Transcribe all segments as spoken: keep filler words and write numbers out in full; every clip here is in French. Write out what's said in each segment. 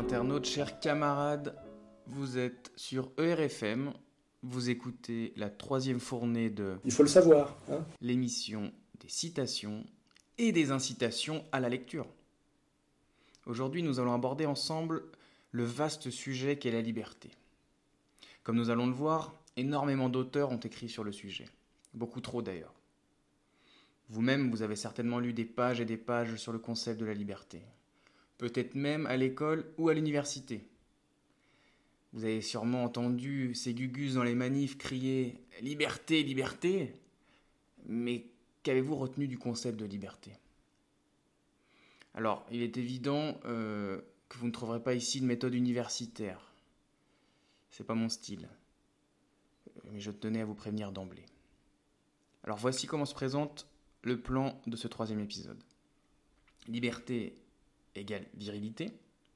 internautes, chers camarades, vous êtes sur E R F M, vous écoutez la troisième fournée de... Il faut le savoir, hein. L'émission des citations et des incitations à la lecture. Aujourd'hui, nous allons aborder ensemble le vaste sujet qu'est la liberté. Comme nous allons le voir, énormément d'auteurs ont écrit sur le sujet. Beaucoup trop d'ailleurs. Vous-même, vous avez certainement lu des pages et des pages sur le concept de la liberté. Peut-être même à l'école ou à l'université. Vous avez sûrement entendu ces gugus dans les manifs crier « Liberté, liberté !» Mais qu'avez-vous retenu du concept de liberté ? Alors, il est évident euh, que vous ne trouverez pas ici de méthode universitaire. C'est pas mon style. Mais je tenais à vous prévenir d'emblée. Alors voici comment se présente le plan de ce troisième épisode. Liberté égale virilité.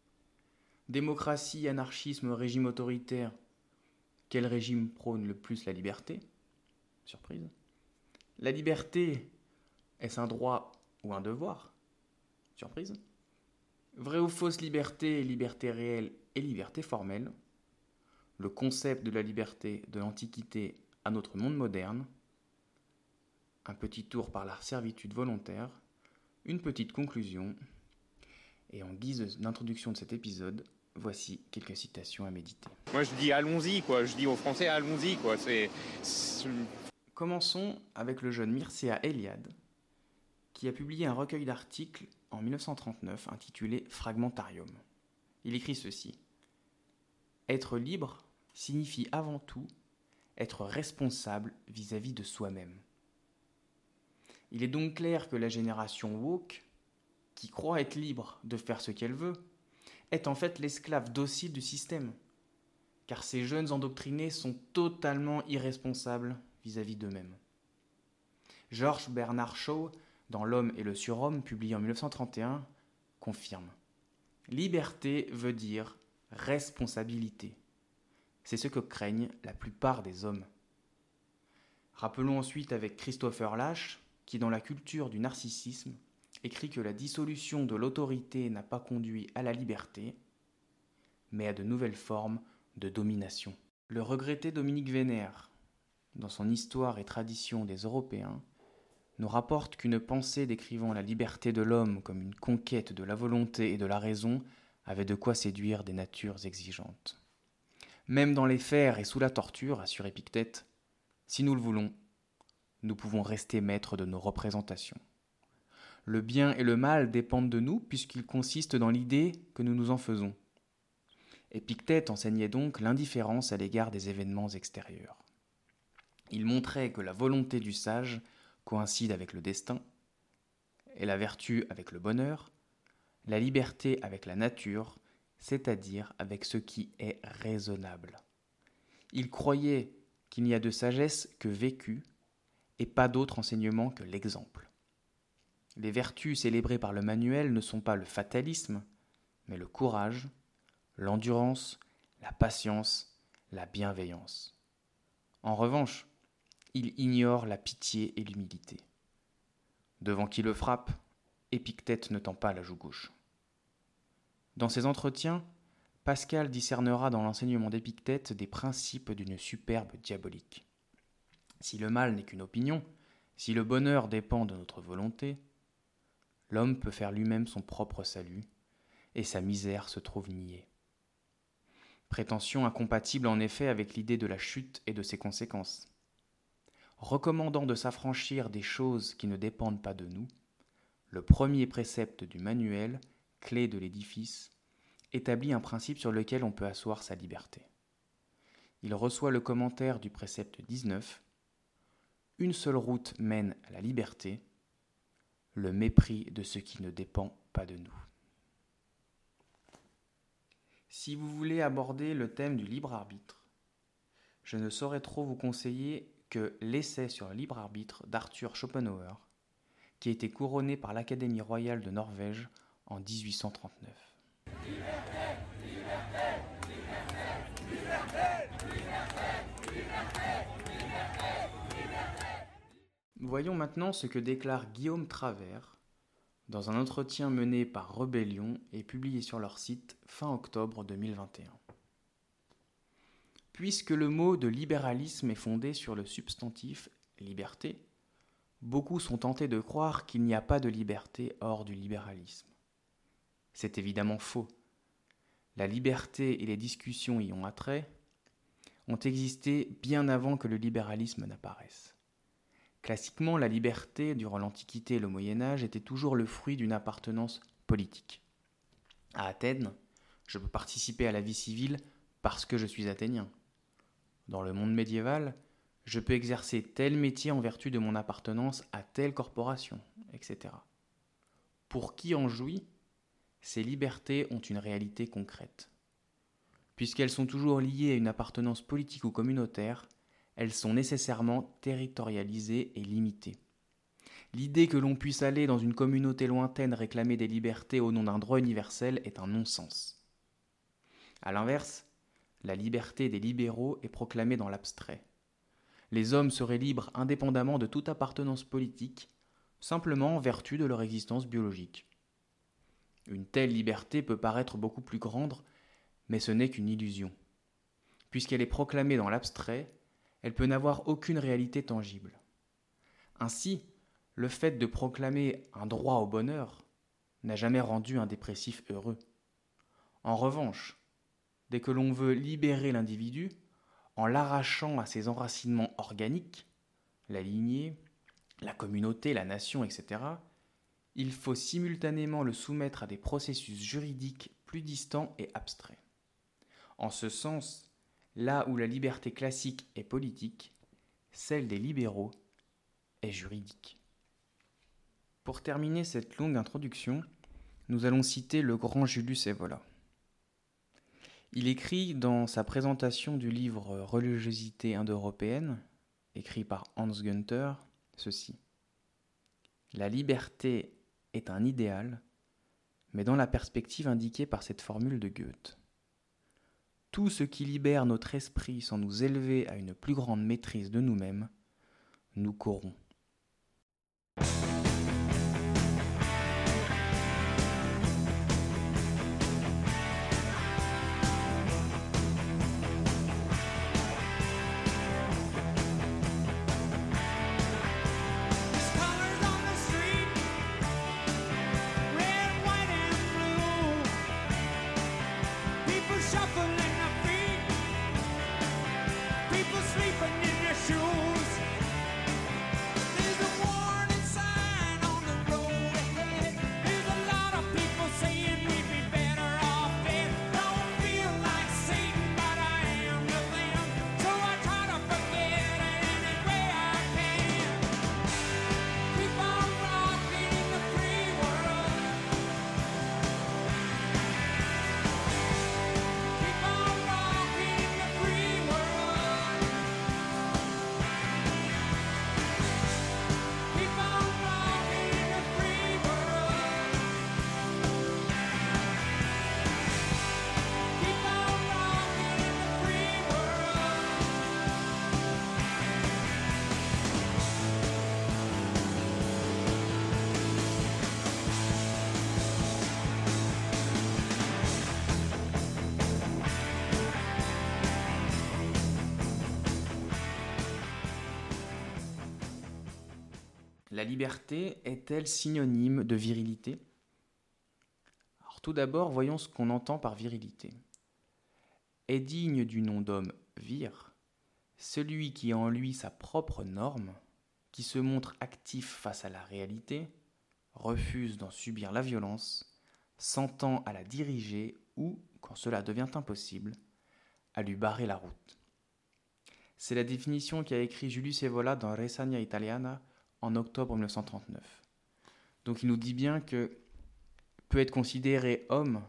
Démocratie, anarchisme, régime autoritaire. Quel régime prône le plus la liberté ? Surprise. La liberté, est-ce un droit ou un devoir ? Surprise. Vraie ou fausse liberté, liberté réelle et liberté formelle. Le concept de la liberté de l'Antiquité à notre monde moderne. Un petit tour par la servitude volontaire. Une petite conclusion. Et en guise d'introduction de cet épisode, voici quelques citations à méditer. Moi je dis allons-y quoi, je dis aux Français allons-y quoi. C'est, c'est... Commençons avec le jeune Mircea Eliade, qui a publié un recueil d'articles en dix-neuf cent trente-neuf intitulé Fragmentarium. Il écrit ceci. Être libre signifie avant tout être responsable vis-à-vis de soi-même. Il est donc clair que la génération woke, qui croit être libre de faire ce qu'elle veut, est en fait l'esclave docile du système, car ces jeunes endoctrinés sont totalement irresponsables vis-à-vis d'eux-mêmes. George Bernard Shaw, dans L'homme et le surhomme, publié en dix-neuf cent trente et un, confirme « Liberté veut dire responsabilité. C'est ce que craignent la plupart des hommes. » Rappelons ensuite avec Christopher Lasch, qui dans La culture du narcissisme, écrit que la dissolution de l'autorité n'a pas conduit à la liberté, mais à de nouvelles formes de domination. Le regretté Dominique Vénère, dans son Histoire et tradition des Européens, nous rapporte qu'une pensée décrivant la liberté de l'homme comme une conquête de la volonté et de la raison avait de quoi séduire des natures exigeantes. Même dans les fers et sous la torture, assure Épictète, si nous le voulons, nous pouvons rester maîtres de nos représentations. Le bien et le mal dépendent de nous puisqu'ils consistent dans l'idée que nous nous en faisons. Épictète enseignait donc l'indifférence à l'égard des événements extérieurs. Il montrait que la volonté du sage coïncide avec le destin, et la vertu avec le bonheur, la liberté avec la nature, c'est-à-dire avec ce qui est raisonnable. Il croyait qu'il n'y a de sagesse que vécue, et pas d'autre enseignement que l'exemple. Les vertus célébrées par le manuel ne sont pas le fatalisme, mais le courage, l'endurance, la patience, la bienveillance. En revanche, il ignore la pitié et l'humilité. Devant qui le frappe, Épictète ne tend pas la joue gauche. Dans ses entretiens, Pascal discernera dans l'enseignement d'Épictète des principes d'une superbe diabolique. Si le mal n'est qu'une opinion, si le bonheur dépend de notre volonté, l'homme peut faire lui-même son propre salut, et sa misère se trouve niée. Prétention incompatible en effet avec l'idée de la chute et de ses conséquences. Recommandant de s'affranchir des choses qui ne dépendent pas de nous, le premier précepte du manuel, clé de l'édifice, établit un principe sur lequel on peut asseoir sa liberté. Il reçoit le commentaire du précepte dix-neuf. Une seule route mène à la liberté, le mépris de ce qui ne dépend pas de nous. Si vous voulez aborder le thème du libre arbitre, je ne saurais trop vous conseiller que l'essai sur le libre arbitre d'Arthur Schopenhauer, qui a été couronné par l'Académie royale de Norvège en dix-huit cent trente-neuf. Liberté, liberté, liberté, liberté, liberté, liberté, liberté. Voyons maintenant ce que déclare Guillaume Travers dans un entretien mené par Rebellion et publié sur leur site fin octobre deux mille vingt et un. Puisque le mot de libéralisme est fondé sur le substantif liberté, beaucoup sont tentés de croire qu'il n'y a pas de liberté hors du libéralisme. C'est évidemment faux. La liberté et les discussions y ont attrait ont existé bien avant que le libéralisme n'apparaisse. Classiquement, la liberté, durant l'Antiquité et le Moyen-Âge, était toujours le fruit d'une appartenance politique. À Athènes, je peux participer à la vie civile parce que je suis athénien. Dans le monde médiéval, je peux exercer tel métier en vertu de mon appartenance à telle corporation, et cetera. Pour qui en jouit, ces libertés ont une réalité concrète. Puisqu'elles sont toujours liées à une appartenance politique ou communautaire, elles sont nécessairement territorialisées et limitées. L'idée que l'on puisse aller dans une communauté lointaine réclamer des libertés au nom d'un droit universel est un non-sens. A l'inverse, la liberté des libéraux est proclamée dans l'abstrait. Les hommes seraient libres indépendamment de toute appartenance politique, simplement en vertu de leur existence biologique. Une telle liberté peut paraître beaucoup plus grande, mais ce n'est qu'une illusion. Puisqu'elle est proclamée dans l'abstrait, elle peut n'avoir aucune réalité tangible. Ainsi, le fait de proclamer un droit au bonheur n'a jamais rendu un dépressif heureux. En revanche, dès que l'on veut libérer l'individu, en l'arrachant à ses enracinements organiques, la lignée, la communauté, la nation, et cetera, il faut simultanément le soumettre à des processus juridiques plus distants et abstraits. En ce sens, là où la liberté classique est politique, celle des libéraux est juridique. Pour terminer cette longue introduction, nous allons citer le grand Julius Evola. Il écrit dans sa présentation du livre Religiosité indo-européenne, écrit par Hans Günther, ceci. La liberté est un idéal, mais dans la perspective indiquée par cette formule de Goethe. Tout ce qui libère notre esprit sans nous élever à une plus grande maîtrise de nous-mêmes, nous corrompt. La liberté est-elle synonyme de virilité ? Alors, tout d'abord, voyons ce qu'on entend par virilité. Est digne du nom d'homme vir, celui qui a en lui sa propre norme, qui se montre actif face à la réalité, refuse d'en subir la violence, s'entend à la diriger ou, quand cela devient impossible, à lui barrer la route. C'est la définition qu'a écrit Julius Evola dans Reseña Italiana en octobre mille neuf cent trente-neuf. Donc il nous dit bien que peut être considéré homme,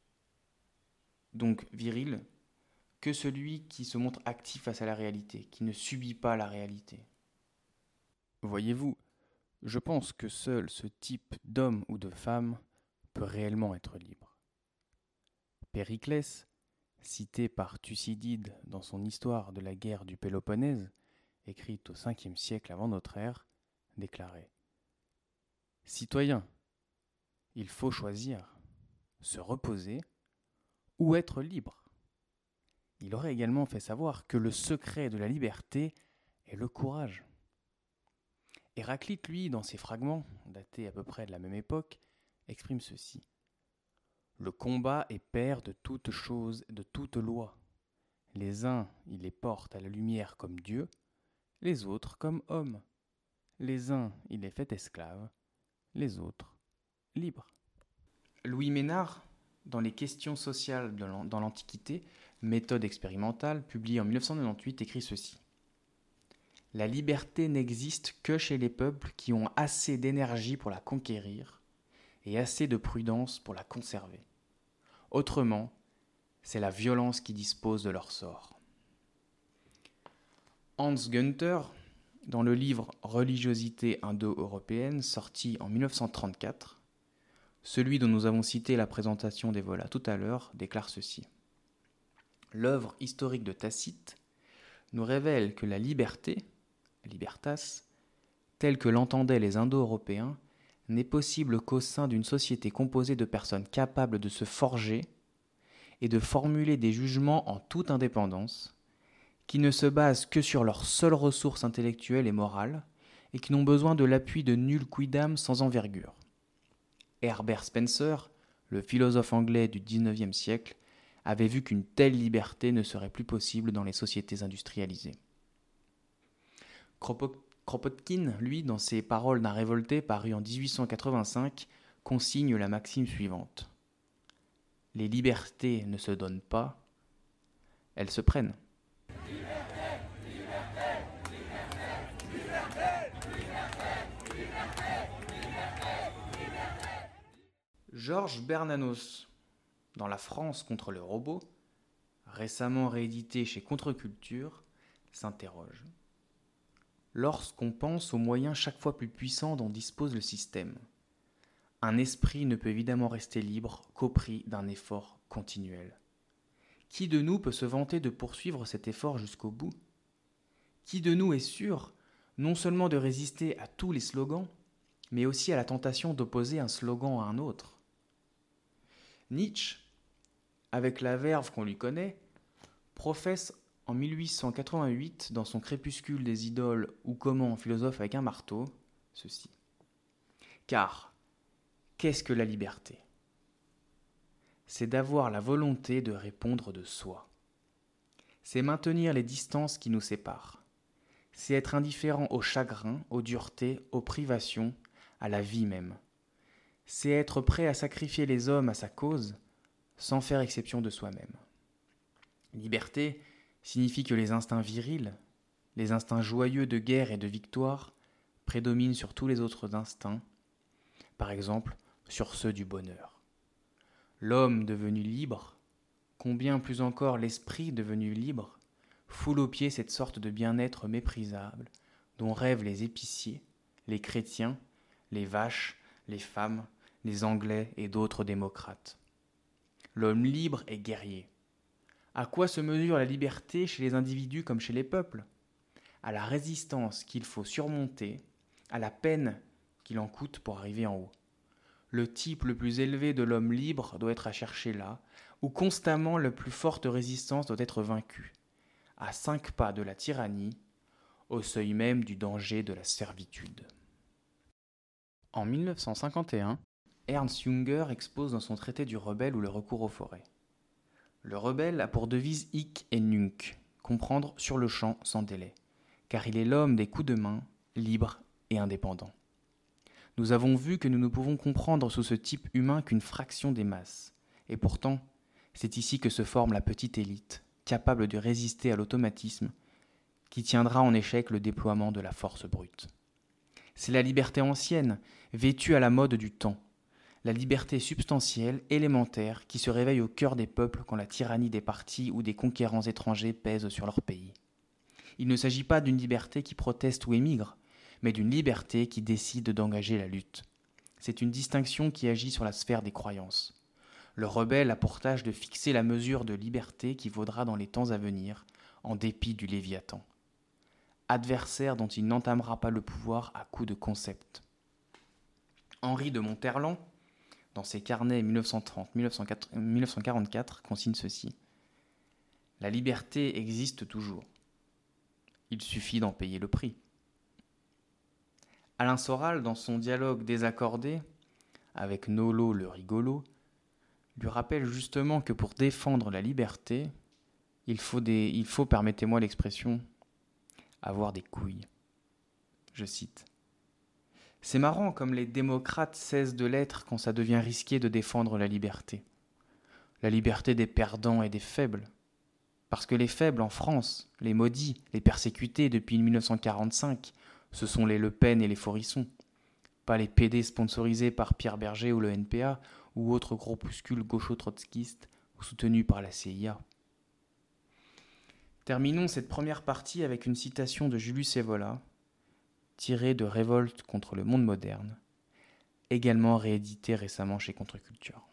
donc viril, que celui qui se montre actif face à la réalité, qui ne subit pas la réalité. Voyez-vous, je pense que seul ce type d'homme ou de femme peut réellement être libre. Périclès, cité par Thucydide dans son histoire de la guerre du Péloponnèse, écrite au cinquième siècle avant notre ère, déclarait « Citoyens, Il faut choisir, se reposer ou être libre. Il aurait également fait savoir que le secret de la liberté est le courage. Héraclite, lui, dans ses fragments, datés à peu près de la même époque, exprime ceci. Le combat est père de toute chose, de toute loi. Les uns, il les porte à la lumière comme Dieu, les autres comme hommes. Les uns, il les fait esclaves, les autres, libres. Louis Ménard, dans les questions sociales dans l'Antiquité, méthode expérimentale, publiée en mille neuf cent quatre-vingt-dix-huit, écrit ceci. La liberté n'existe que chez les peuples qui ont assez d'énergie pour la conquérir et assez de prudence pour la conserver. Autrement, c'est la violence qui dispose de leur sort. Hans Günther, dans le livre Religiosité indo-européenne, sorti en mille neuf cent trente-quatre, celui dont nous avons cité la présentation des Volas tout à l'heure, déclare ceci. L'œuvre historique de Tacite nous révèle que la liberté, libertas, telle que l'entendaient les Indo-Européens, n'est possible qu'au sein d'une société composée de personnes capables de se forger et de formuler des jugements en toute indépendance, qui ne se basent que sur leurs seules ressources intellectuelles et morales, et qui n'ont besoin de l'appui de nul quidam sans envergure. Herbert Spencer, le philosophe anglais du dix-neuvième siècle, avait vu qu'une telle liberté ne serait plus possible dans les sociétés industrialisées. Kropotkin, lui, dans ses Paroles d'un révolté paru en dix-huit cent quatre-vingt-cinq, consigne la maxime suivante. Les libertés ne se donnent pas, elles se prennent. Liberté, liberté, liberté, liberté, liberté, liberté, liberté, liberté. Georges Bernanos, dans La France contre le robot, récemment réédité chez Contre-Culture, s'interroge. Lorsqu'on pense aux moyens chaque fois plus puissants dont dispose le système, un esprit ne peut évidemment rester libre qu'au prix d'un effort continuel. Qui de nous peut se vanter de poursuivre cet effort jusqu'au bout ? Qui de nous est sûr non seulement de résister à tous les slogans, mais aussi à la tentation d'opposer un slogan à un autre ? Nietzsche, avec la verve qu'on lui connaît, professe en mille huit cent quatre-vingt-huit, dans son Crépuscule des idoles ou Comment un philosophe avec un marteau, ceci. Car, qu'est-ce que la liberté ? C'est d'avoir la volonté de répondre de soi. C'est maintenir les distances qui nous séparent. C'est être indifférent au chagrin, aux duretés, aux privations, à la vie même. C'est être prêt à sacrifier les hommes à sa cause, sans faire exception de soi-même. Liberté signifie que les instincts virils, les instincts joyeux de guerre et de victoire, prédominent sur tous les autres instincts, par exemple sur ceux du bonheur. L'homme devenu libre, combien plus encore l'esprit devenu libre, foule aux pieds cette sorte de bien-être méprisable dont rêvent les épiciers, les chrétiens, les vaches, les femmes, les Anglais et d'autres démocrates. L'homme libre est guerrier. À quoi se mesure la liberté chez les individus comme chez les peuples ? À la résistance qu'il faut surmonter, à la peine qu'il en coûte pour arriver en haut. Le type le plus élevé de l'homme libre doit être à chercher là, où constamment la plus forte résistance doit être vaincue, à cinq pas de la tyrannie, au seuil même du danger de la servitude. En mille neuf cent cinquante et un, Ernst Junger expose dans son traité du rebelle ou le recours aux forêts. Le rebelle a pour devise hic et nunc, comprendre sur le champ sans délai, car il est l'homme des coups de main, libre et indépendant. Nous avons vu que nous ne pouvons comprendre sous ce type humain qu'une fraction des masses, et pourtant, c'est ici que se forme la petite élite, capable de résister à l'automatisme, qui tiendra en échec le déploiement de la force brute. C'est la liberté ancienne, vêtue à la mode du temps, la liberté substantielle, élémentaire, qui se réveille au cœur des peuples quand la tyrannie des partis ou des conquérants étrangers pèse sur leur pays. Il ne s'agit pas d'une liberté qui proteste ou émigre, mais d'une liberté qui décide d'engager la lutte. C'est une distinction qui agit sur la sphère des croyances. Le rebelle a pour tâche de fixer la mesure de liberté qui vaudra dans les temps à venir, en dépit du Léviathan. Adversaire dont il n'entamera pas le pouvoir à coups de concepts. Henri de Monterland, dans ses carnets mille neuf cent trente à mille neuf cent quarante-quatre, consigne ceci. La liberté existe toujours. Il suffit d'en payer le prix. Alain Soral, dans son dialogue désaccordé avec Nolo le rigolo, lui rappelle justement que pour défendre la liberté, il faut, des, il faut, permettez-moi l'expression, avoir des couilles. Je cite. C'est marrant comme les démocrates cessent de l'être quand ça devient risqué de défendre la liberté. La liberté des perdants et des faibles. Parce que les faibles en France, les maudits, les persécutés depuis mille neuf cent quarante-cinq, ce sont les Le Pen et les Forissons. Pas les P D sponsorisés par Pierre Berger ou le N P A ou autres groupuscules gaucho-trotskistes ou soutenus par la C I A. Terminons cette première partie avec une citation de Julius Evola, tirée de Révolte contre le monde moderne, également rééditée récemment chez Contre-Culture.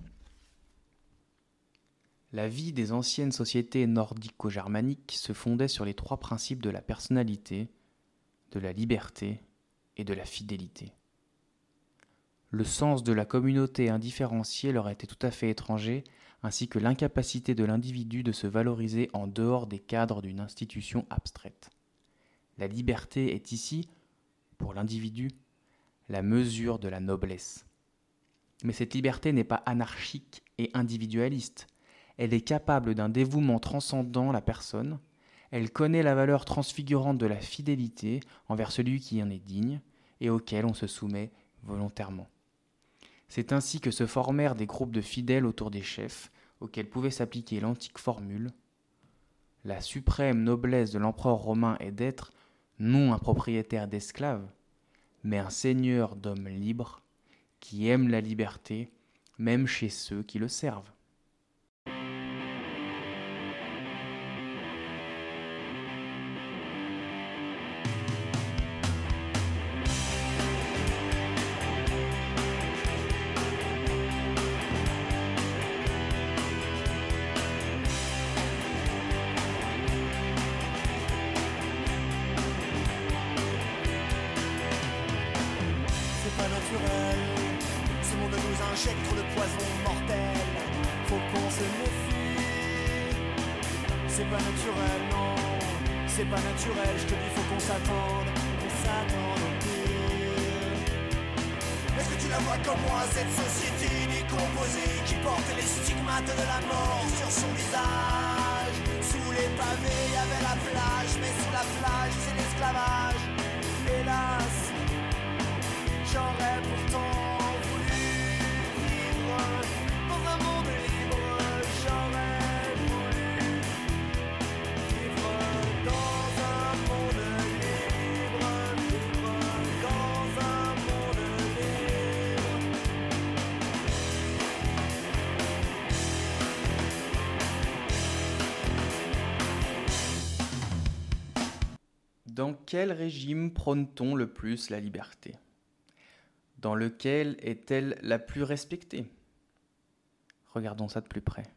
La vie des anciennes sociétés nordico-germaniques se fondait sur les trois principes de la personnalité, de la liberté et de la fidélité. Le sens de la communauté indifférenciée leur était tout à fait étranger, ainsi que l'incapacité de l'individu de se valoriser en dehors des cadres d'une institution abstraite. La liberté est ici, pour l'individu, la mesure de la noblesse. Mais cette liberté n'est pas anarchique et individualiste. Elle est capable d'un dévouement transcendant la personne. Elle connaît la valeur transfigurante de la fidélité envers celui qui en est digne et auquel on se soumet volontairement. C'est ainsi que se formèrent des groupes de fidèles autour des chefs, auxquels pouvait s'appliquer l'antique formule « La suprême noblesse de l'empereur romain est d'être non un propriétaire d'esclaves, mais un seigneur d'hommes libres qui aime la liberté, même chez ceux qui le servent. » Ce monde nous injecte trop de poison mortel, faut qu'on se méfie. C'est pas naturel, non, c'est pas naturel, je te dis faut qu'on s'attende, qu'on s'attende au pire. Est-ce que tu la vois comme moi, cette société décomposée qui porte les stigmates de la mort sur son visage? Sous les pavés y'avait la plage, mais sous la plage c'est l'esclavage. Hélas, j'aurais pourtant voulu vivre dans un monde libre. J'aurais voulu vivre dans un monde libre. Vivre dans un monde libre. Dans quel régime prône-t-on le plus la liberté ? Dans lequel est-elle la plus respectée ? Regardons ça de plus près.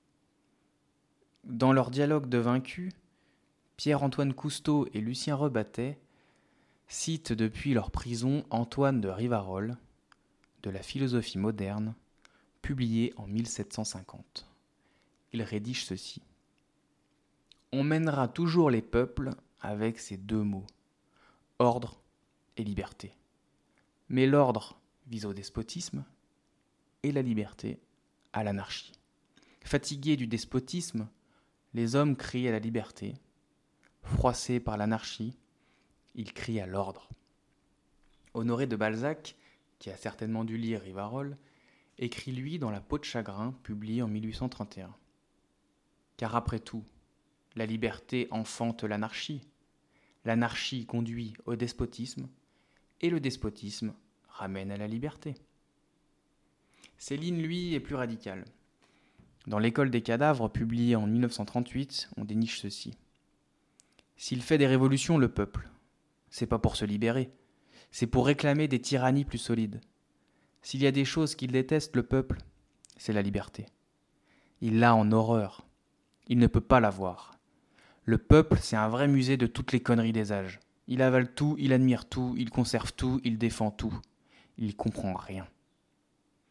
Dans leur dialogue de vaincus, Pierre-Antoine Cousteau et Lucien Rebattet citent depuis leur prison Antoine de Rivarol, de la philosophie moderne, publié en mille sept cent cinquante. Ils rédigent ceci. « On mènera toujours les peuples avec ces deux mots, ordre et liberté. Mais l'ordre vise au despotisme et la liberté à l'anarchie. Fatigués du despotisme, les hommes crient à la liberté. Froissés par l'anarchie, ils crient à l'ordre. » Honoré de Balzac, qui a certainement dû lire Rivarol, écrit lui dans La peau de chagrin, publié en mille huit cent trente et un. Car après tout, la liberté enfante l'anarchie, l'anarchie conduit au despotisme, et le despotisme ramène à la liberté. Céline, lui, est plus radicale. Dans L'école des cadavres, publié en mille neuf cent trente-huit, on déniche ceci. S'il fait des révolutions, le peuple, c'est pas pour se libérer, c'est pour réclamer des tyrannies plus solides. S'il y a des choses qu'il déteste, le peuple, c'est la liberté. Il l'a en horreur. Il ne peut pas l'avoir. Le peuple, c'est un vrai musée de toutes les conneries des âges. Il avale tout, il admire tout, il conserve tout, il défend tout. Il comprend rien.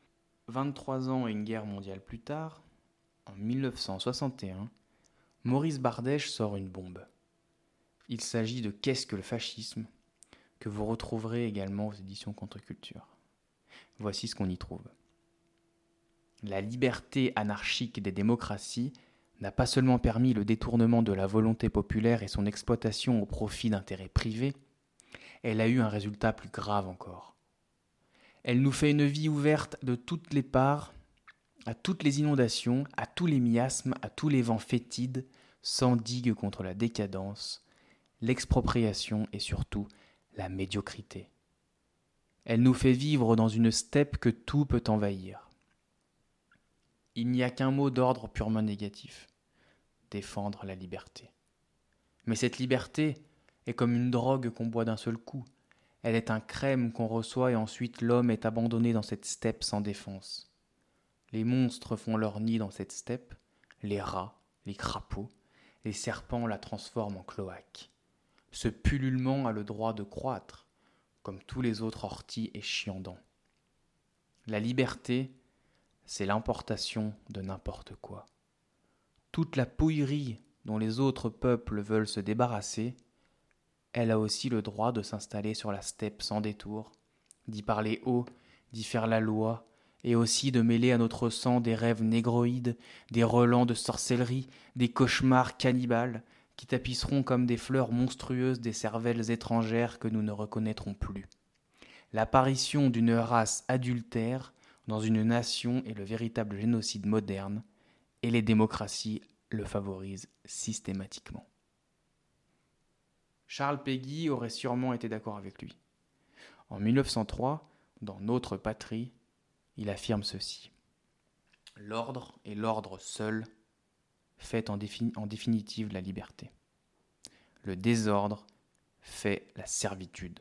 vingt-trois ans et une guerre mondiale plus tard, en dix-neuf cent soixante et un, Maurice Bardèche sort une bombe. Il s'agit de Qu'est-ce que le fascisme, que vous retrouverez également aux éditions Contre-Culture. Voici ce qu'on y trouve. La liberté anarchique des démocraties n'a pas seulement permis le détournement de la volonté populaire et son exploitation au profit d'intérêts privés, elle a eu un résultat plus grave encore. Elle nous fait une vie ouverte de toutes les parts, à toutes les inondations, à tous les miasmes, à tous les vents fétides, sans digue contre la décadence, l'expropriation et surtout la médiocrité. Elle nous fait vivre dans une steppe que tout peut envahir. Il n'y a qu'un mot d'ordre purement négatif. Défendre la liberté. Mais cette liberté est comme une drogue qu'on boit d'un seul coup. Elle est un crème qu'on reçoit et ensuite l'homme est abandonné dans cette steppe sans défense. Les monstres font leur nid dans cette steppe, les rats, les crapauds, les serpents la transforment en cloaque. Ce pullulement a le droit de croître, comme tous les autres orties et chiandants. La liberté, c'est l'importation de n'importe quoi. Toute la pouillerie dont les autres peuples veulent se débarrasser, elle a aussi le droit de s'installer sur la steppe sans détour, d'y parler haut, d'y faire la loi, et aussi de mêler à notre sang des rêves négroïdes, des relents de sorcellerie, des cauchemars cannibales, qui tapisseront comme des fleurs monstrueuses des cervelles étrangères que nous ne reconnaîtrons plus. L'apparition d'une race adultère dans une nation est le véritable génocide moderne, et les démocraties le favorisent systématiquement. Charles Péguy aurait sûrement été d'accord avec lui. En dix-neuf cent trois, dans Notre patrie, il affirme ceci. L'ordre et l'ordre seul fait en, défin- en définitive la liberté. Le désordre fait la servitude.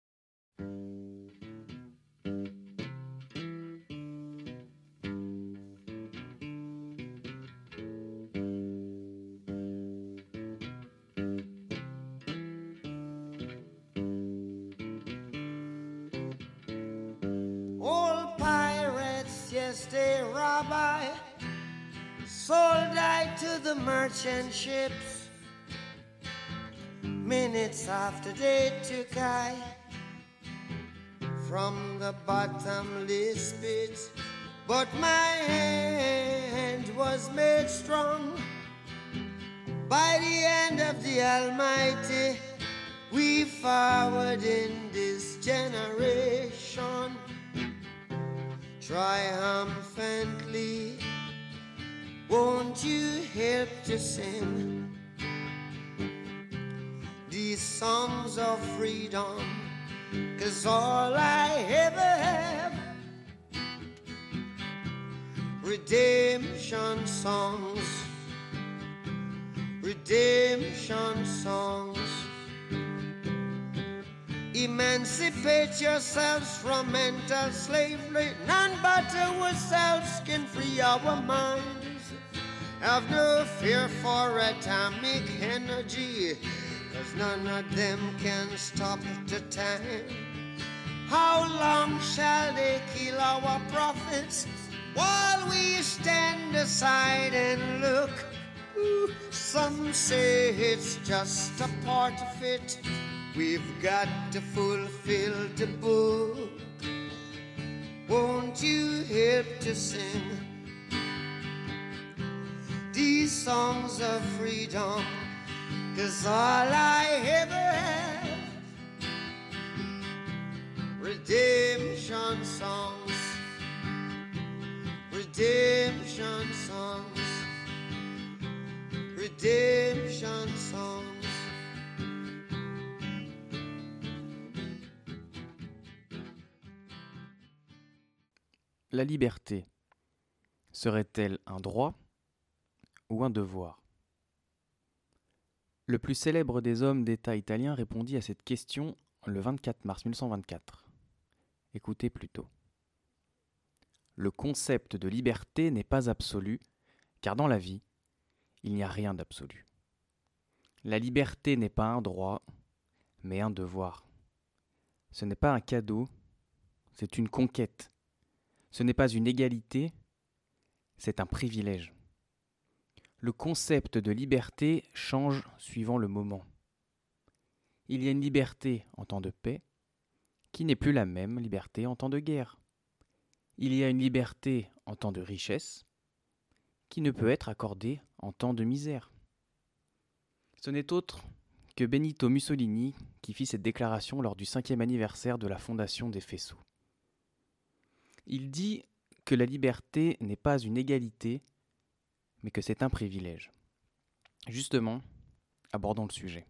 Old pirates, yes, they rabbi, sold I to the merchant ships. Minutes after they took I from the bottomless pit, but my hand was made strong by the hand of the Almighty. We forward in this generation triumphantly. Won't you help to sing these songs of freedom? 'Cause all I ever have, redemption songs, redemption songs. Emancipate yourselves from mental slavery. None but ourselves can free our minds. Have no fear for atomic energy, 'cause none of them can stop the time. How long shall they kill our prophets while we stand aside and look? Ooh, some say it's just a part of it. We've got to fulfill the book. Won't you help to sing these songs of freedom? 'Cause all I ever have, redemption songs, redemption songs, redemption songs. La liberté serait-elle un droit ou un devoir ? Le plus célèbre des hommes d'État italiens répondit à cette question le vingt-quatre mars dix-neuf cent vingt-quatre. Écoutez plutôt. Le concept de liberté n'est pas absolu, car dans la vie, il n'y a rien d'absolu. La liberté n'est pas un droit, mais un devoir. Ce n'est pas un cadeau, c'est une conquête. Ce n'est pas une égalité, c'est un privilège. Le concept de liberté change suivant le moment. Il y a une liberté en temps de paix qui n'est plus la même liberté en temps de guerre. Il y a une liberté en temps de richesse qui ne peut être accordée en temps de misère. Ce n'est autre que Benito Mussolini qui fit cette déclaration lors du cinquième anniversaire de la fondation des faisceaux. Il dit que la liberté n'est pas une égalité, mais que c'est un privilège. Justement, abordons le sujet.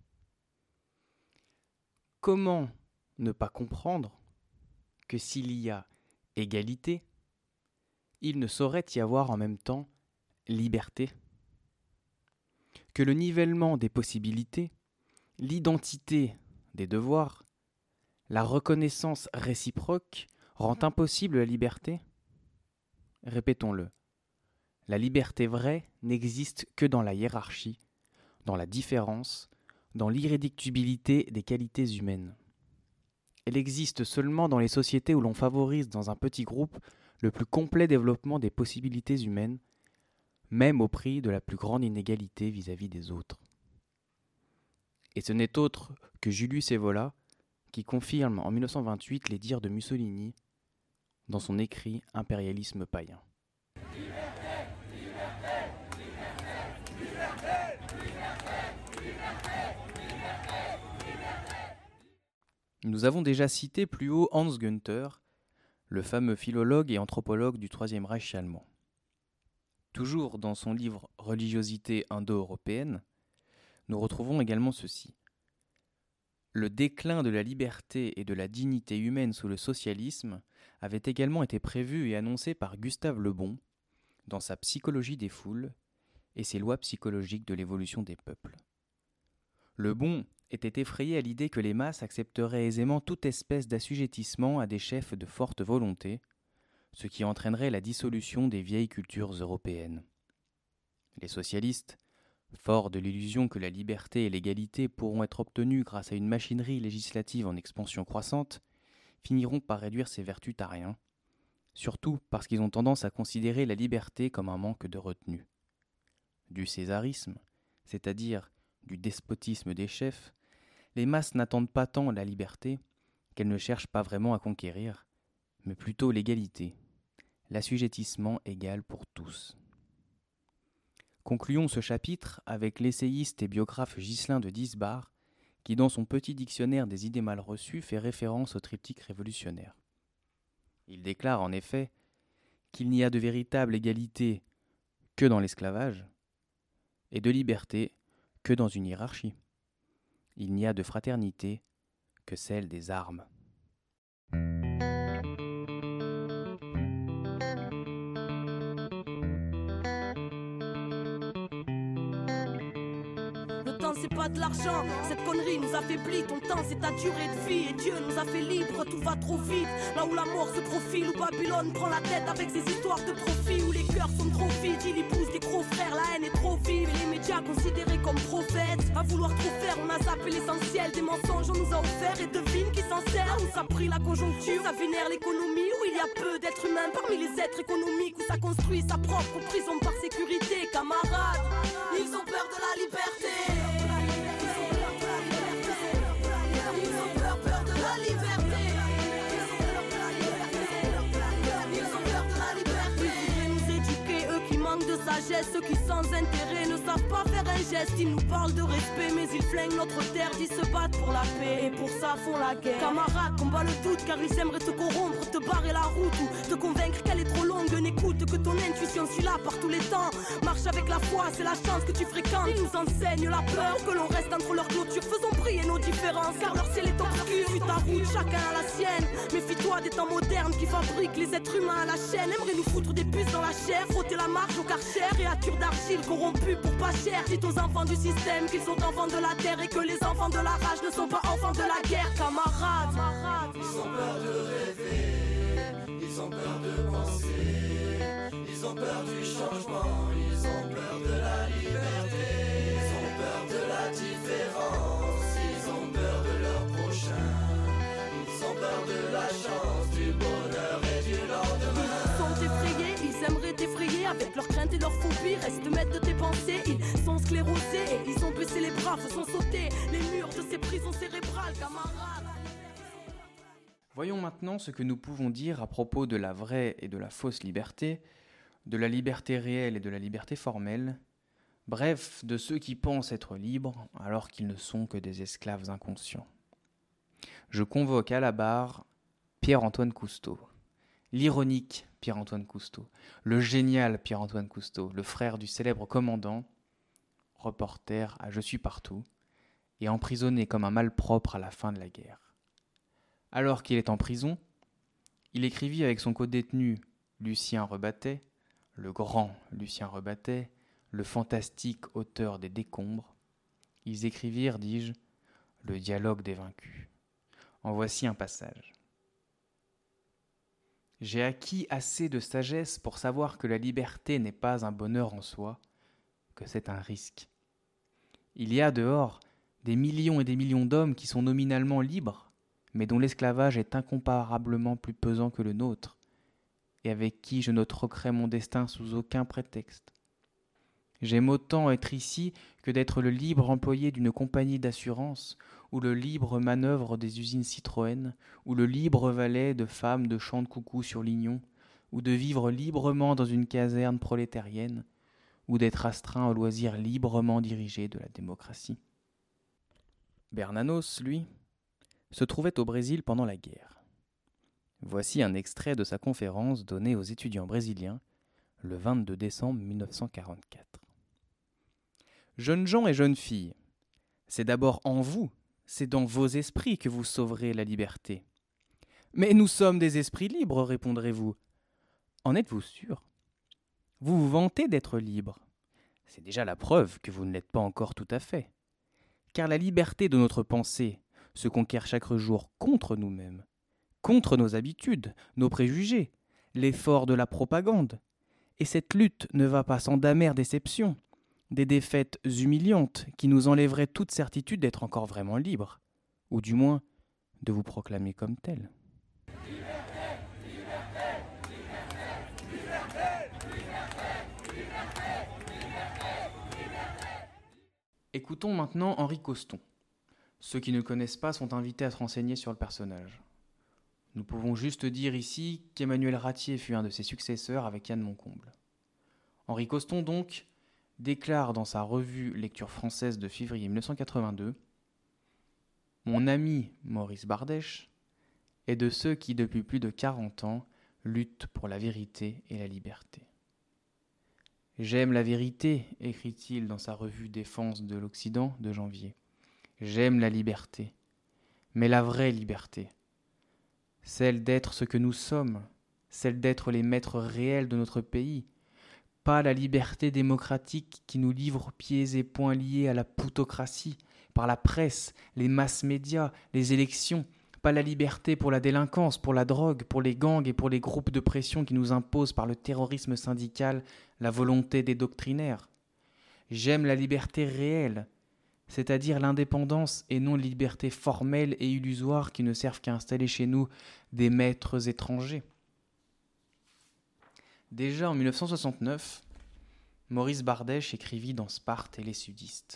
Comment ne pas comprendre que s'il y a égalité, il ne saurait y avoir en même temps liberté? Que le nivellement des possibilités, l'identité des devoirs, la reconnaissance réciproque rend impossible la liberté? Répétons-le. La liberté vraie n'existe que dans la hiérarchie, dans la différence, dans l'irréductibilité des qualités humaines. Elle existe seulement dans les sociétés où l'on favorise dans un petit groupe le plus complet développement des possibilités humaines, même au prix de la plus grande inégalité vis-à-vis des autres. Et ce n'est autre que Julius Evola qui confirme en dix-neuf cent vingt-huit les dires de Mussolini dans son écrit « Impérialisme païen ». Nous avons déjà cité plus haut Hans Günther, le fameux philologue et anthropologue du Troisième Reich allemand. Toujours dans son livre « Religiosité indo-européenne », nous retrouvons également ceci. Le déclin de la liberté et de la dignité humaine sous le socialisme avait également été prévu et annoncé par Gustave Le Bon dans sa Psychologie des foules et ses lois psychologiques de l'évolution des peuples. Le Bon était effrayé à l'idée que les masses accepteraient aisément toute espèce d'assujettissement à des chefs de forte volonté, ce qui entraînerait la dissolution des vieilles cultures européennes. Les socialistes, forts de l'illusion que la liberté et l'égalité pourront être obtenues grâce à une machinerie législative en expansion croissante, finiront par réduire ces vertus à rien, surtout parce qu'ils ont tendance à considérer la liberté comme un manque de retenue. Du césarisme, c'est-à-dire du despotisme des chefs, les masses n'attendent pas tant la liberté qu'elles ne cherchent pas vraiment à conquérir, mais plutôt l'égalité, l'assujettissement égal pour tous. Concluons ce chapitre avec l'essayiste et biographe Ghislain de Disbar, qui dans son petit dictionnaire des idées mal reçues fait référence au triptyque révolutionnaire. Il déclare en effet qu'il n'y a de véritable égalité que dans l'esclavage, et de liberté que dans une hiérarchie. Il n'y a de fraternité que celle des armes. C'est pas de l'argent, cette connerie nous affaiblit. Ton temps c'est ta durée de vie et Dieu nous a fait libres. Tout va trop vite, là où la mort se profile, où Babylone prend la tête avec ses histoires de profit, où les cœurs sont trop vides, il épouse des gros frères, la haine est trop vive et les médias considérés comme prophètes. À vouloir trop faire, on a zappé l'essentiel des mensonges, on nous a offert et devine qui s'en sert. Là où ça pris la conjoncture, ça vénère l'économie, où il y a peu d'êtres humains parmi les êtres économiques, où ça construit sa propre prison par sécurité. Camarades, ils ont peur de la liberté. Ceux qui sans intérêt ne savent pas faire un geste. Ils nous parlent de respect mais ils flinguent notre terre. Ils se battent pour la paix et pour ça font la guerre. Camarades, combat le doute car ils aimeraient te corrompre, te barrer la route ou te convaincre qu'elle est trop longue. N'écoute que ton intuition, suis là par tous les temps. Marche avec la foi, c'est la chance que tu fréquentes. Ils nous enseignent la peur, que l'on reste entre leurs clôtures. Faisons briller nos différences car leur ciel est obscur. Suis ta route, chacun a la sienne. Méfie-toi des temps modernes qui fabriquent les êtres humains à la chaîne. Aimeraient nous foutre des puces dans la chair, frotter la marche au karcher. Créatures d'argile corrompues pour pas cher. Dites aux enfants du système qu'ils sont enfants de la terre et que les enfants de la rage ne sont pas enfants de la guerre. Camarades, ils ont peur de rêver, ils ont peur de penser, ils ont peur du changement, ils ont peur de la liberté, ils ont peur de la différence, ils ont peur de leur prochain, ils ont peur de la chance, du bonheur et du lendemain. Voyons maintenant ce que nous pouvons dire à propos de la vraie et de la fausse liberté, de la liberté réelle et de la liberté formelle, bref, de ceux qui pensent être libres alors qu'ils ne sont que des esclaves inconscients. Je convoque à la barre Pierre-Antoine Cousteau, l'ironique Pierre-Antoine Cousteau, le génial Pierre-Antoine Cousteau, le frère du célèbre commandant, reporter à Je suis partout, et emprisonné comme un malpropre à la fin de la guerre. Alors qu'il est en prison, il écrivit avec son codétenu Lucien Rebattet, le grand Lucien Rebattet, le fantastique auteur des Décombres. Ils écrivirent, dis-je, le dialogue des vaincus. En voici un passage. J'ai acquis assez de sagesse pour savoir que la liberté n'est pas un bonheur en soi, que c'est un risque. Il y a dehors des millions et des millions d'hommes qui sont nominalement libres, mais dont l'esclavage est incomparablement plus pesant que le nôtre, et avec qui je ne troquerai mon destin sous aucun prétexte. J'aime autant être ici que d'être le libre employé d'une compagnie d'assurance, ou le libre manœuvre des usines Citroën, ou le libre valet de femmes de chants de coucou sur Lignon, ou de vivre librement dans une caserne prolétarienne, ou d'être astreint au loisir librement dirigé de la démocratie. Bernanos, lui, se trouvait au Brésil pendant la guerre. Voici un extrait de sa conférence donnée aux étudiants brésiliens le vingt-deux décembre mille neuf cent quarante-quatre. Jeunes gens et jeunes filles, c'est d'abord en vous, c'est dans vos esprits que vous sauverez la liberté. Mais nous sommes des esprits libres, répondrez-vous. En êtes-vous sûr ? Vous vous vantez d'être libre. C'est déjà la preuve que vous ne l'êtes pas encore tout à fait. Car la liberté de notre pensée se conquiert chaque jour contre nous-mêmes, contre nos habitudes, nos préjugés, l'effort de la propagande. Et cette lutte ne va pas sans d'amères déceptions, des défaites humiliantes qui nous enlèveraient toute certitude d'être encore vraiment libres, ou du moins de vous proclamer comme tels. Écoutons maintenant Henri Coston. Ceux qui ne connaissent pas sont invités à se renseigner sur le personnage. Nous pouvons juste dire ici qu'Emmanuel Ratier fut un de ses successeurs avec Yann Moncomble. Henri Coston, donc, déclare dans sa revue Lecture française de février mille neuf cent quatre-vingt-deux « Mon ami Maurice Bardèche est de ceux qui, depuis plus de quarante ans, luttent pour la vérité et la liberté. J'aime la vérité, écrit-il dans sa revue Défense de l'Occident de janvier. J'aime la liberté, mais la vraie liberté, celle d'être ce que nous sommes, celle d'être les maîtres réels de notre pays, pas la liberté démocratique qui nous livre pieds et poings liés à la plutocratie, par la presse, les masses médias, les élections, pas la liberté pour la délinquance, pour la drogue, pour les gangs et pour les groupes de pression qui nous imposent par le terrorisme syndical la volonté des doctrinaires. J'aime la liberté réelle, c'est-à-dire l'indépendance et non liberté formelle et illusoire qui ne servent qu'à installer chez nous des maîtres étrangers. Déjà en mille neuf cent soixante-neuf, Maurice Bardèche écrivit dans Sparte et les sudistes.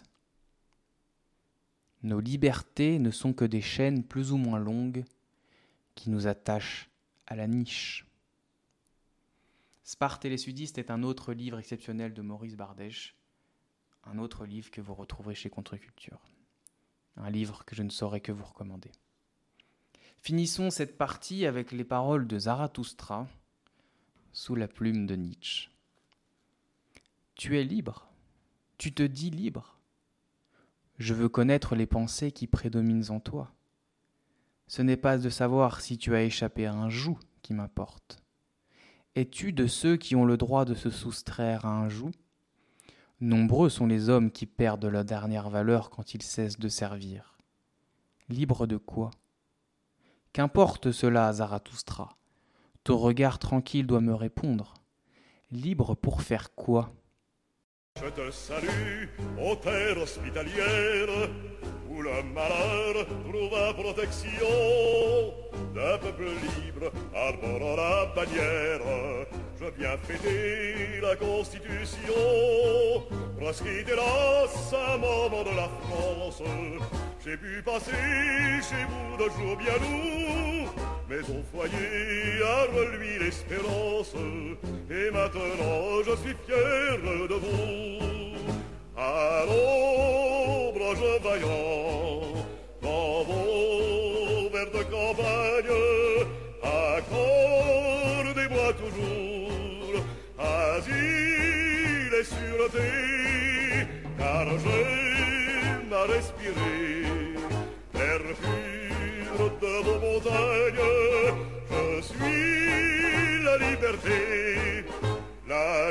Nos libertés ne sont que des chaînes plus ou moins longues qui nous attachent à la niche. Sparte et les sudistes est un autre livre exceptionnel de Maurice Bardèche, un autre livre que vous retrouverez chez Contre-Culture, un livre que je ne saurais que vous recommander. Finissons cette partie avec les paroles de Zarathustra, sous la plume de Nietzsche. Tu es libre, tu te dis libre. Je veux connaître les pensées qui prédominent en toi. Ce n'est pas de savoir si tu as échappé à un joug qui m'importe. Es-tu de ceux qui ont le droit de se soustraire à un joug ? Nombreux sont les hommes qui perdent leur dernière valeur quand ils cessent de servir. Libre de quoi ? Qu'importe cela, Zarathustra ? Ton regard tranquille doit me répondre. Libre pour faire quoi ? Je te salue, ô terre hospitalière, où le malheur trouva protection. D'un peuple libre, arborant la bannière, je viens fêter la Constitution. Proscrite hélas, un moment de la France, j'ai pu passer chez vous de jours bien lourds. mais au foyer arme lui l'espérance. Et maintenant je suis fier de vous. À l'ombre vaillant dans vos vertes campagnes, accordez-moi toujours asile et sûreté, car j'aime à respirer l'air pur de vos montagnes. Je suis la liberté, la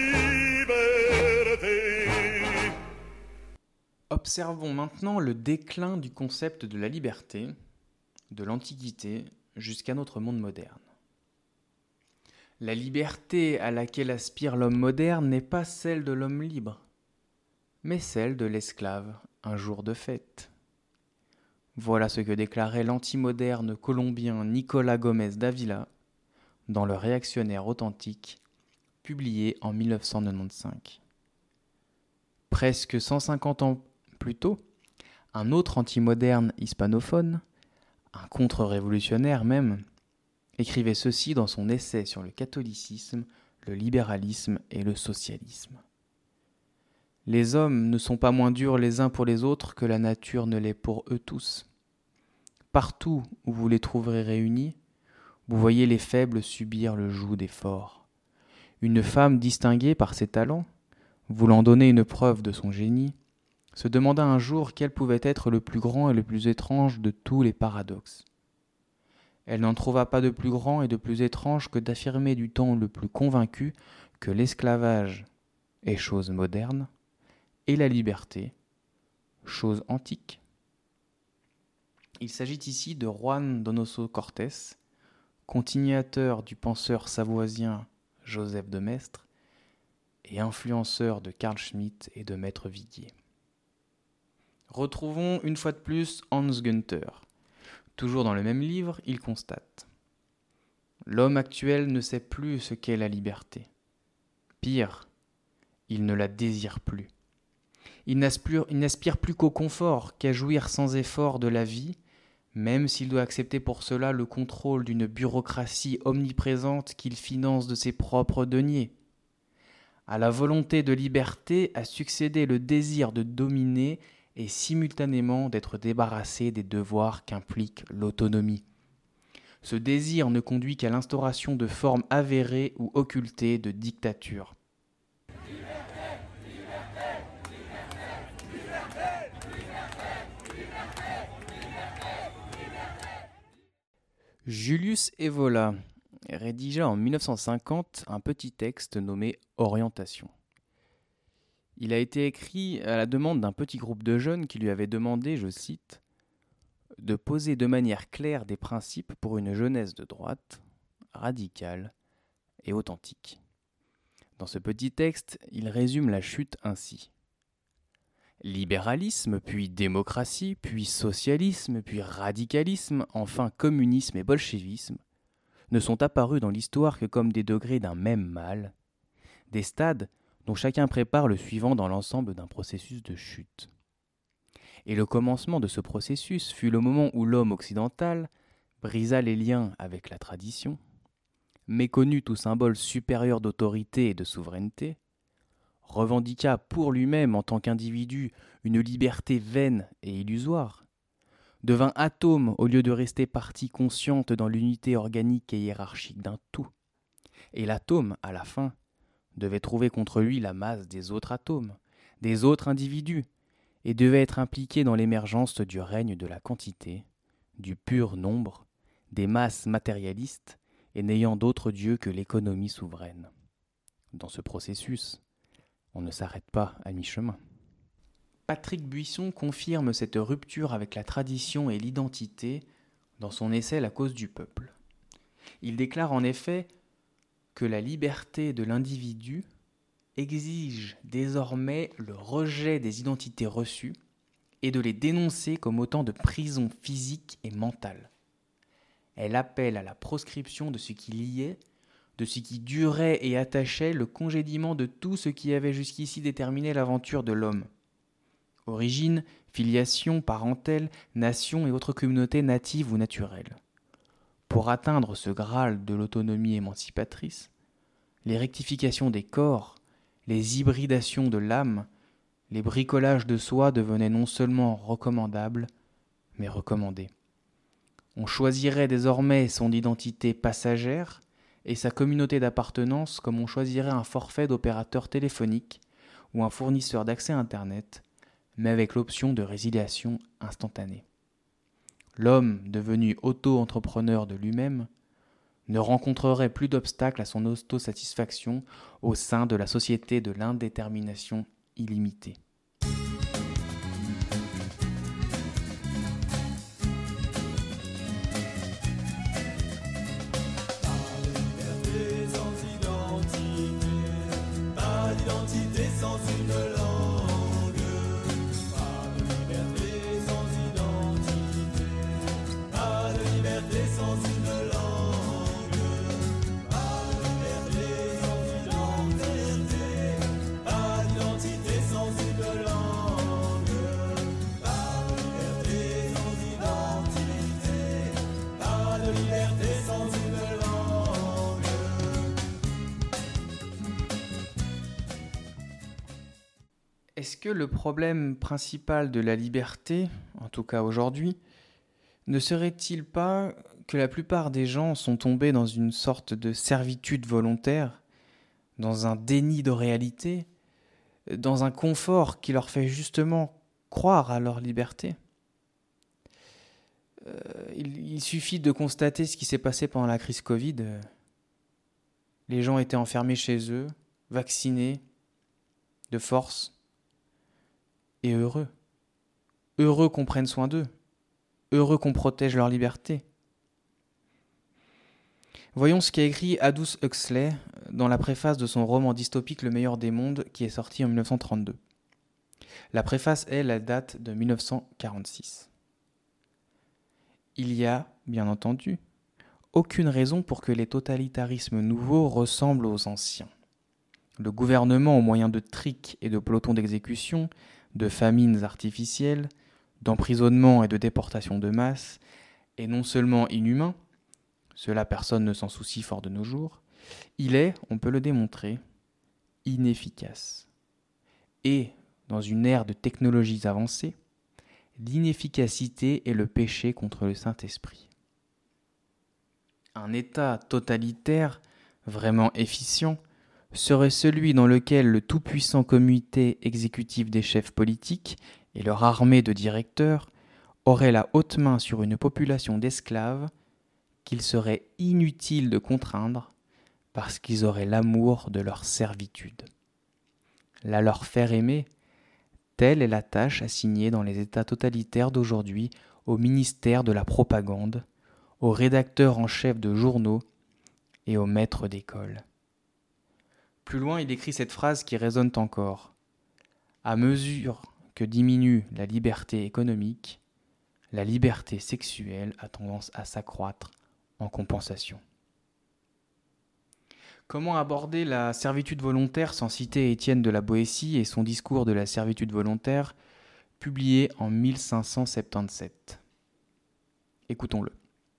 liberté. Observons maintenant le déclin du concept de la liberté, de l'Antiquité jusqu'à notre monde moderne. La liberté à laquelle aspire l'homme moderne n'est pas celle de l'homme libre, mais celle de l'esclave un jour de fête. Voilà ce que déclarait l'antimoderne colombien Nicolas Gómez Dávila dans le Réactionnaire authentique, publié en dix-neuf cent quatre-vingt-quinze. Presque cent cinquante ans plus tôt, un autre antimoderne hispanophone, un contre-révolutionnaire même, écrivait ceci dans son essai sur le catholicisme, le libéralisme et le socialisme. Les hommes ne sont pas moins durs les uns pour les autres que la nature ne l'est pour eux tous. Partout où vous les trouverez réunis, vous voyez les faibles subir le joug des forts. Une femme distinguée par ses talents, voulant donner une preuve de son génie, se demanda un jour quel pouvait être le plus grand et le plus étrange de tous les paradoxes. Elle n'en trouva pas de plus grand et de plus étrange que d'affirmer du temps le plus convaincu que l'esclavage est chose moderne et la liberté, chose antique. Il s'agit ici de Juan Donoso Cortés, continuateur du penseur savoisien Joseph de Maistre et influenceur de Carl Schmitt et de Maître Viguier. Retrouvons une fois de plus Hans Günther. Toujours dans le même livre, il constate « L'homme actuel ne sait plus ce qu'est la liberté. Pire, il ne la désire plus. Il n'aspire, il n'aspire plus qu'au confort, qu'à jouir sans effort de la vie, même s'il doit accepter pour cela le contrôle d'une bureaucratie omniprésente qu'il finance de ses propres deniers. À la volonté de liberté a succédé le désir de dominer et simultanément d'être débarrassé des devoirs qu'implique l'autonomie. Ce désir ne conduit qu'à l'instauration de formes avérées ou occultées de dictature. Julius Evola rédigea en dix-neuf cent cinquante un petit texte nommé « Orientation ». Il a été écrit à la demande d'un petit groupe de jeunes qui lui avait demandé, je cite, « de poser de manière claire des principes pour une jeunesse de droite, radicale et authentique. » Dans ce petit texte, il résume la chute ainsi. Libéralisme, puis démocratie, puis socialisme, puis radicalisme, enfin communisme et bolchevisme, ne sont apparus dans l'histoire que comme des degrés d'un même mal, des stades dont chacun prépare le suivant dans l'ensemble d'un processus de chute. Et le commencement de ce processus fut le moment où l'homme occidental brisa les liens avec la tradition, méconnut tout symbole supérieur d'autorité et de souveraineté, revendiqua pour lui-même en tant qu'individu une liberté vaine et illusoire, devint atome au lieu de rester partie consciente dans l'unité organique et hiérarchique d'un tout, et l'atome, à la fin, devait trouver contre lui la masse des autres atomes, des autres individus, et devait être impliqué dans l'émergence du règne de la quantité, du pur nombre, des masses matérialistes, et n'ayant d'autre Dieu que l'économie souveraine. Dans ce processus, on ne s'arrête pas à mi-chemin. Patrick Buisson confirme cette rupture avec la tradition et l'identité dans son essai « La cause du peuple ». Il déclare en effet que la liberté de l'individu exige désormais le rejet des identités reçues et de les dénoncer comme autant de prisons physiques et mentales. Elle appelle à la proscription de ce qui liait, de ce qui durait et attachait le congédiement de tout ce qui avait jusqu'ici déterminé l'aventure de l'homme. Origine, filiation, parentèle, nation et autres communautés natives ou naturelles. pour atteindre ce Graal de l'autonomie émancipatrice, les rectifications des corps, les hybridations de l'âme, les bricolages de soi devenaient non seulement recommandables, mais recommandés. On choisirait désormais son identité passagère et sa communauté d'appartenance comme on choisirait un forfait d'opérateur téléphonique ou un fournisseur d'accès Internet, mais avec l'option de résiliation instantanée. L'homme, devenu auto-entrepreneur de lui-même, ne rencontrerait plus d'obstacles à son autosatisfaction au sein de la société de l'indétermination illimitée. Est-ce que le problème principal de la liberté, en tout cas aujourd'hui, ne serait-il pas que la plupart des gens sont tombés dans une sorte de servitude volontaire, dans un déni de réalité, dans un confort qui leur fait justement croire à leur liberté ? euh, il, il suffit de constater ce qui s'est passé pendant la crise Covid. Les gens étaient enfermés chez eux, vaccinés, de force, et heureux. Heureux qu'on prenne soin d'eux. Heureux qu'on protège leur liberté. Voyons ce qu'a écrit Aldous Huxley dans la préface de son roman dystopique Le meilleur des mondes qui est sorti en dix-neuf cent trente-deux. La préface est la date de dix-neuf cent quarante-six. Il y a, bien entendu, aucune raison pour que les totalitarismes nouveaux ressemblent aux anciens. Le gouvernement au moyen de tricks et de pelotons d'exécution, de famines artificielles, d'emprisonnement et de déportation de masse, est non seulement inhumain, cela personne ne s'en soucie fort de nos jours, il est, on peut le démontrer, inefficace. Et, dans une ère de technologies avancées, l'inefficacité est le péché contre le Saint-Esprit. Un État totalitaire, vraiment efficient, serait celui dans lequel le tout-puissant comité exécutif des chefs politiques et leur armée de directeurs auraient la haute main sur une population d'esclaves qu'il serait inutile de contraindre parce qu'ils auraient l'amour de leur servitude. La leur faire aimer, telle est la tâche assignée dans les États totalitaires d'aujourd'hui au ministère de la propagande, aux rédacteurs en chef de journaux et aux maîtres d'école. Plus loin, il écrit cette phrase qui résonne encore. À mesure que diminue la liberté économique, la liberté sexuelle a tendance à s'accroître en compensation. Comment aborder la servitude volontaire sans citer Étienne de la Boétie et son discours de la servitude volontaire, publié en mille cinq cent soixante-dix-sept ? Écoutons-le.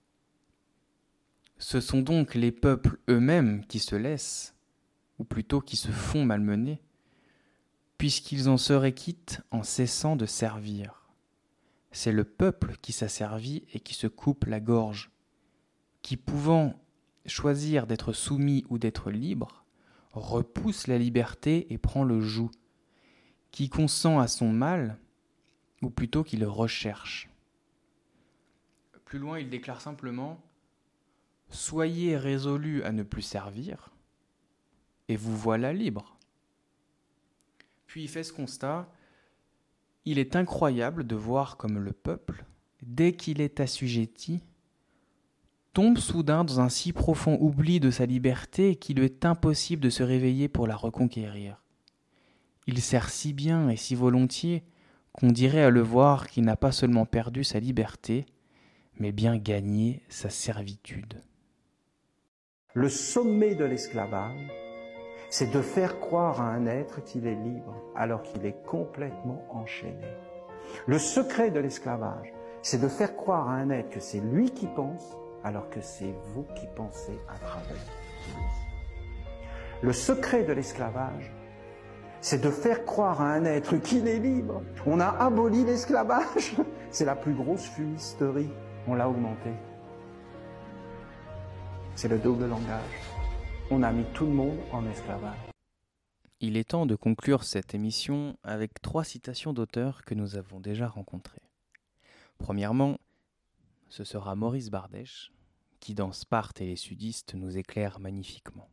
Ce sont donc les peuples eux-mêmes qui se laissent, ou plutôt qui se font malmener, puisqu'ils en seraient quittes en cessant de servir. C'est le peuple qui s'asservit et qui se coupe la gorge, qui, pouvant choisir d'être soumis ou d'être libre, repousse la liberté et prend le joug, qui consent à son mal, ou plutôt qui le recherche. Plus loin, il déclare simplement « Soyez résolus à ne plus servir, et vous voilà libre. » Puis il fait ce constat, il est incroyable de voir comme le peuple, dès qu'il est assujetti, tombe soudain dans un si profond oubli de sa liberté qu'il lui est impossible de se réveiller pour la reconquérir. Il sert si bien et si volontiers qu'on dirait à le voir qu'il n'a pas seulement perdu sa liberté, mais bien gagné sa servitude. Le sommet de l'esclavage, c'est de faire croire à un être qu'il est libre alors qu'il est complètement enchaîné. Le secret de l'esclavage, c'est de faire croire à un être que c'est lui qui pense alors que c'est vous qui pensez à travers lui. Le secret de l'esclavage, c'est de faire croire à un être qu'il est libre. On a aboli l'esclavage. C'est la plus grosse fumisterie. On l'a augmenté. C'est le double langage. On a mis tout le monde en esclavage. Il est temps de conclure cette émission avec trois citations d'auteurs que nous avons déjà rencontrés. Premièrement, ce sera Maurice Bardèche, qui dans Sparte et les sudistes nous éclaire magnifiquement.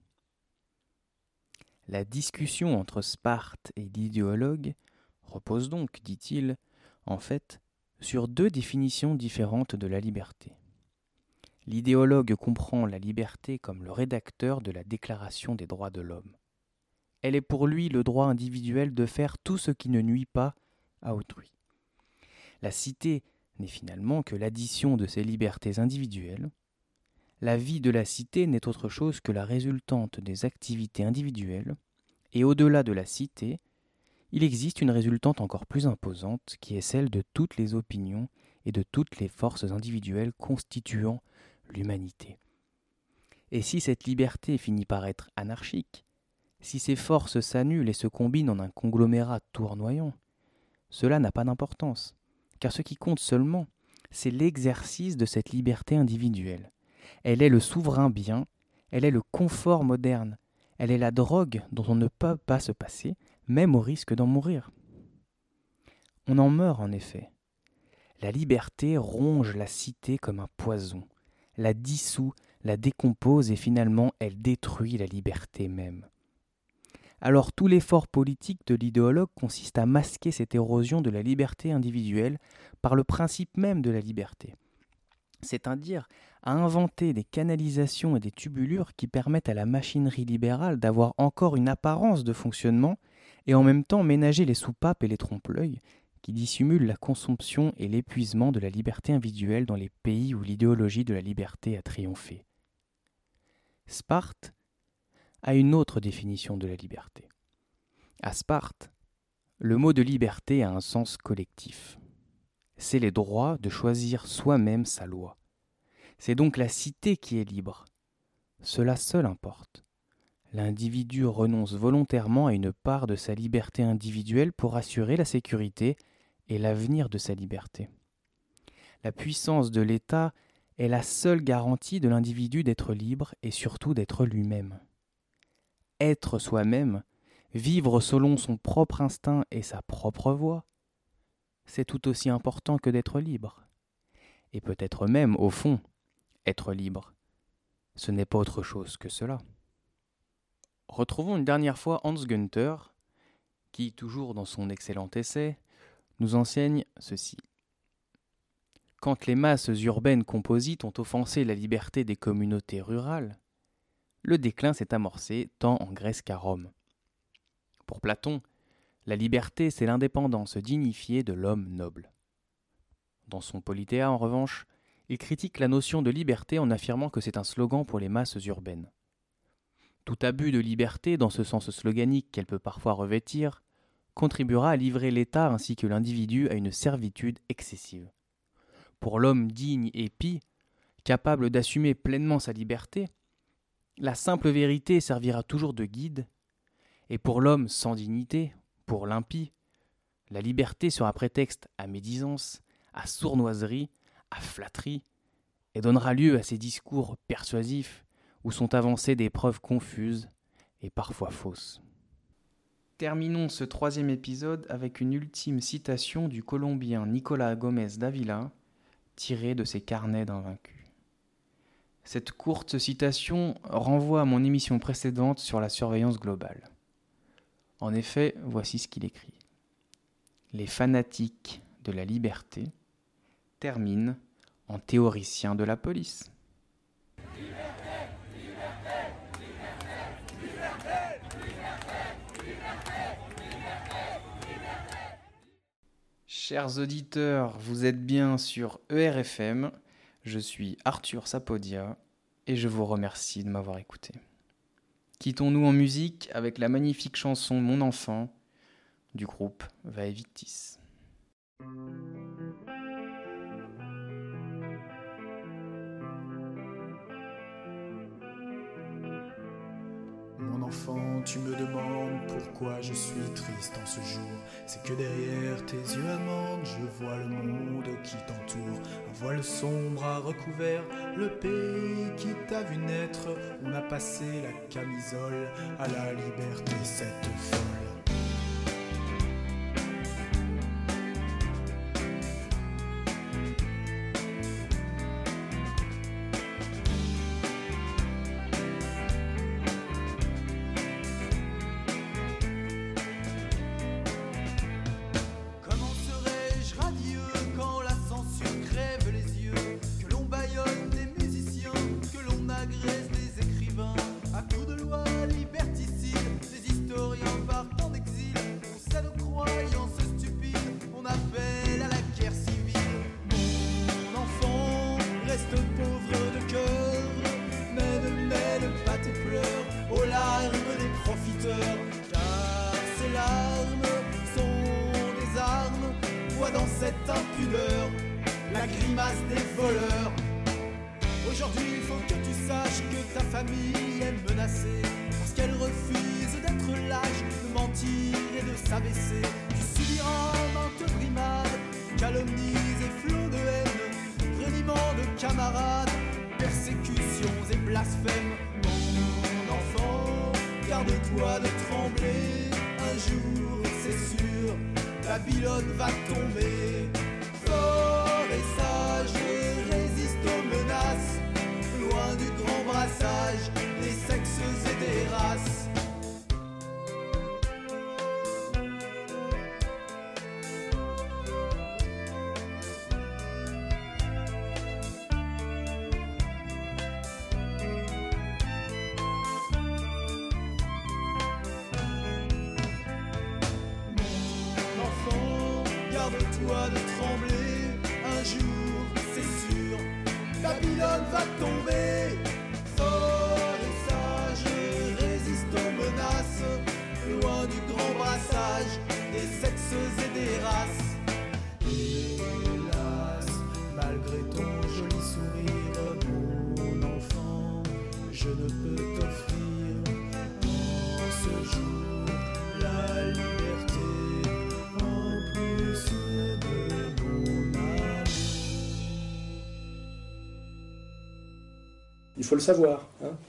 La discussion entre Sparte et l'idéologue repose donc, dit-il, en fait, sur deux définitions différentes de la liberté. L'idéologue comprend la liberté comme le rédacteur de la Déclaration des droits de l'homme. Elle est pour lui le droit individuel de faire tout ce qui ne nuit pas à autrui. La cité n'est finalement que l'addition de ces libertés individuelles. La vie de la cité n'est autre chose que la résultante des activités individuelles, et au-delà de la cité, il existe une résultante encore plus imposante qui est celle de toutes les opinions et de toutes les forces individuelles constituant l'humanité. Et si cette liberté finit par être anarchique, si ces forces s'annulent et se combinent en un conglomérat tournoyant, cela n'a pas d'importance, car ce qui compte seulement, c'est l'exercice de cette liberté individuelle. Elle est le souverain bien, elle est le confort moderne, elle est la drogue dont on ne peut pas se passer, même au risque d'en mourir. On en meurt en effet. La liberté ronge la cité comme un poison, la dissout, la décompose et finalement elle détruit la liberté même. Alors tout l'effort politique de l'idéologue consiste à masquer cette érosion de la liberté individuelle par le principe même de la liberté. C'est-à-dire à inventer des canalisations et des tubulures qui permettent à la machinerie libérale d'avoir encore une apparence de fonctionnement et en même temps ménager les soupapes et les trompe-l'œil qui dissimulent la consomption et l'épuisement de la liberté individuelle dans les pays où l'idéologie de la liberté a triomphé. Sparte a une autre définition de la liberté. À Sparte, le mot de liberté a un sens collectif. C'est les droits de choisir soi-même sa loi. C'est donc la cité qui est libre. Cela seul importe. L'individu renonce volontairement à une part de sa liberté individuelle pour assurer la sécurité et l'avenir de sa liberté. La puissance de l'État est la seule garantie de l'individu d'être libre et surtout d'être lui-même. Être soi-même, vivre selon son propre instinct et sa propre voie, c'est tout aussi important que d'être libre. Et peut-être même, au fond, être libre, ce n'est pas autre chose que cela. Retrouvons une dernière fois Hans Günther, qui, toujours dans son excellent essai, nous enseigne ceci. Quand les masses urbaines composites ont offensé la liberté des communautés rurales, le déclin s'est amorcé tant en Grèce qu'à Rome. Pour Platon, la liberté, c'est l'indépendance dignifiée de l'homme noble. Dans son Polithéa, en revanche, il critique la notion de liberté en affirmant que c'est un slogan pour les masses urbaines. Tout abus de liberté, dans ce sens sloganique qu'elle peut parfois revêtir, contribuera à livrer l'État ainsi que l'individu à une servitude excessive. Pour l'homme digne et pie, capable d'assumer pleinement sa liberté, la simple vérité servira toujours de guide, et pour l'homme sans dignité, pour l'impie, la liberté sera prétexte à médisance, à sournoiserie, à flatterie, et donnera lieu à ces discours persuasifs où sont avancées des preuves confuses et parfois fausses. Terminons ce troisième épisode avec une ultime citation du Colombien Nicolás Gómez Dávila, tirée de ses carnets d'un vaincu. Cette courte citation renvoie à mon émission précédente sur la surveillance globale. En effet, voici ce qu'il écrit. Les fanatiques de la liberté terminent en théoriciens de la police. Chers auditeurs, vous êtes bien sur E R F M. Je suis Arthur Sapodia et je vous remercie de m'avoir écouté. Quittons-nous en musique avec la magnifique chanson Mon enfant du groupe Vae Victis. enfant, tu me demandes pourquoi je suis triste en ce jour. C'est que derrière tes yeux amandes, je vois le monde qui t'entoure. Un voile sombre a recouvert le pays qui t'a vu naître. On a passé la camisole à la liberté, cette folle. Car ces larmes sont des armes. Vois dans cette impudeur la grimace des voleurs. Aujourd'hui il faut que tu saches que ta famille est menacée, parce qu'elle refuse d'être lâche, de mentir et de s'abaisser. Tu subiras maintes brimades, calomnies et flots de haine, reniements de camarades, persécutions et blasphèmes. Mon enfant, garde-toi de trembler, un jour c'est sûr, Babylone va tomber. Fort et sage, résiste aux menaces, loin du grand brassage des sexes et des races. Garde-toi de trembler, un jour c'est sûr, Babylone va tomber. Fort et sage, résiste aux menaces, loin du grand brassage des sexes et des races. Hélas, malgré ton joli sourire, mon enfant, je ne peux t'offrir en ce jour la liberté. Il faut le savoir, hein.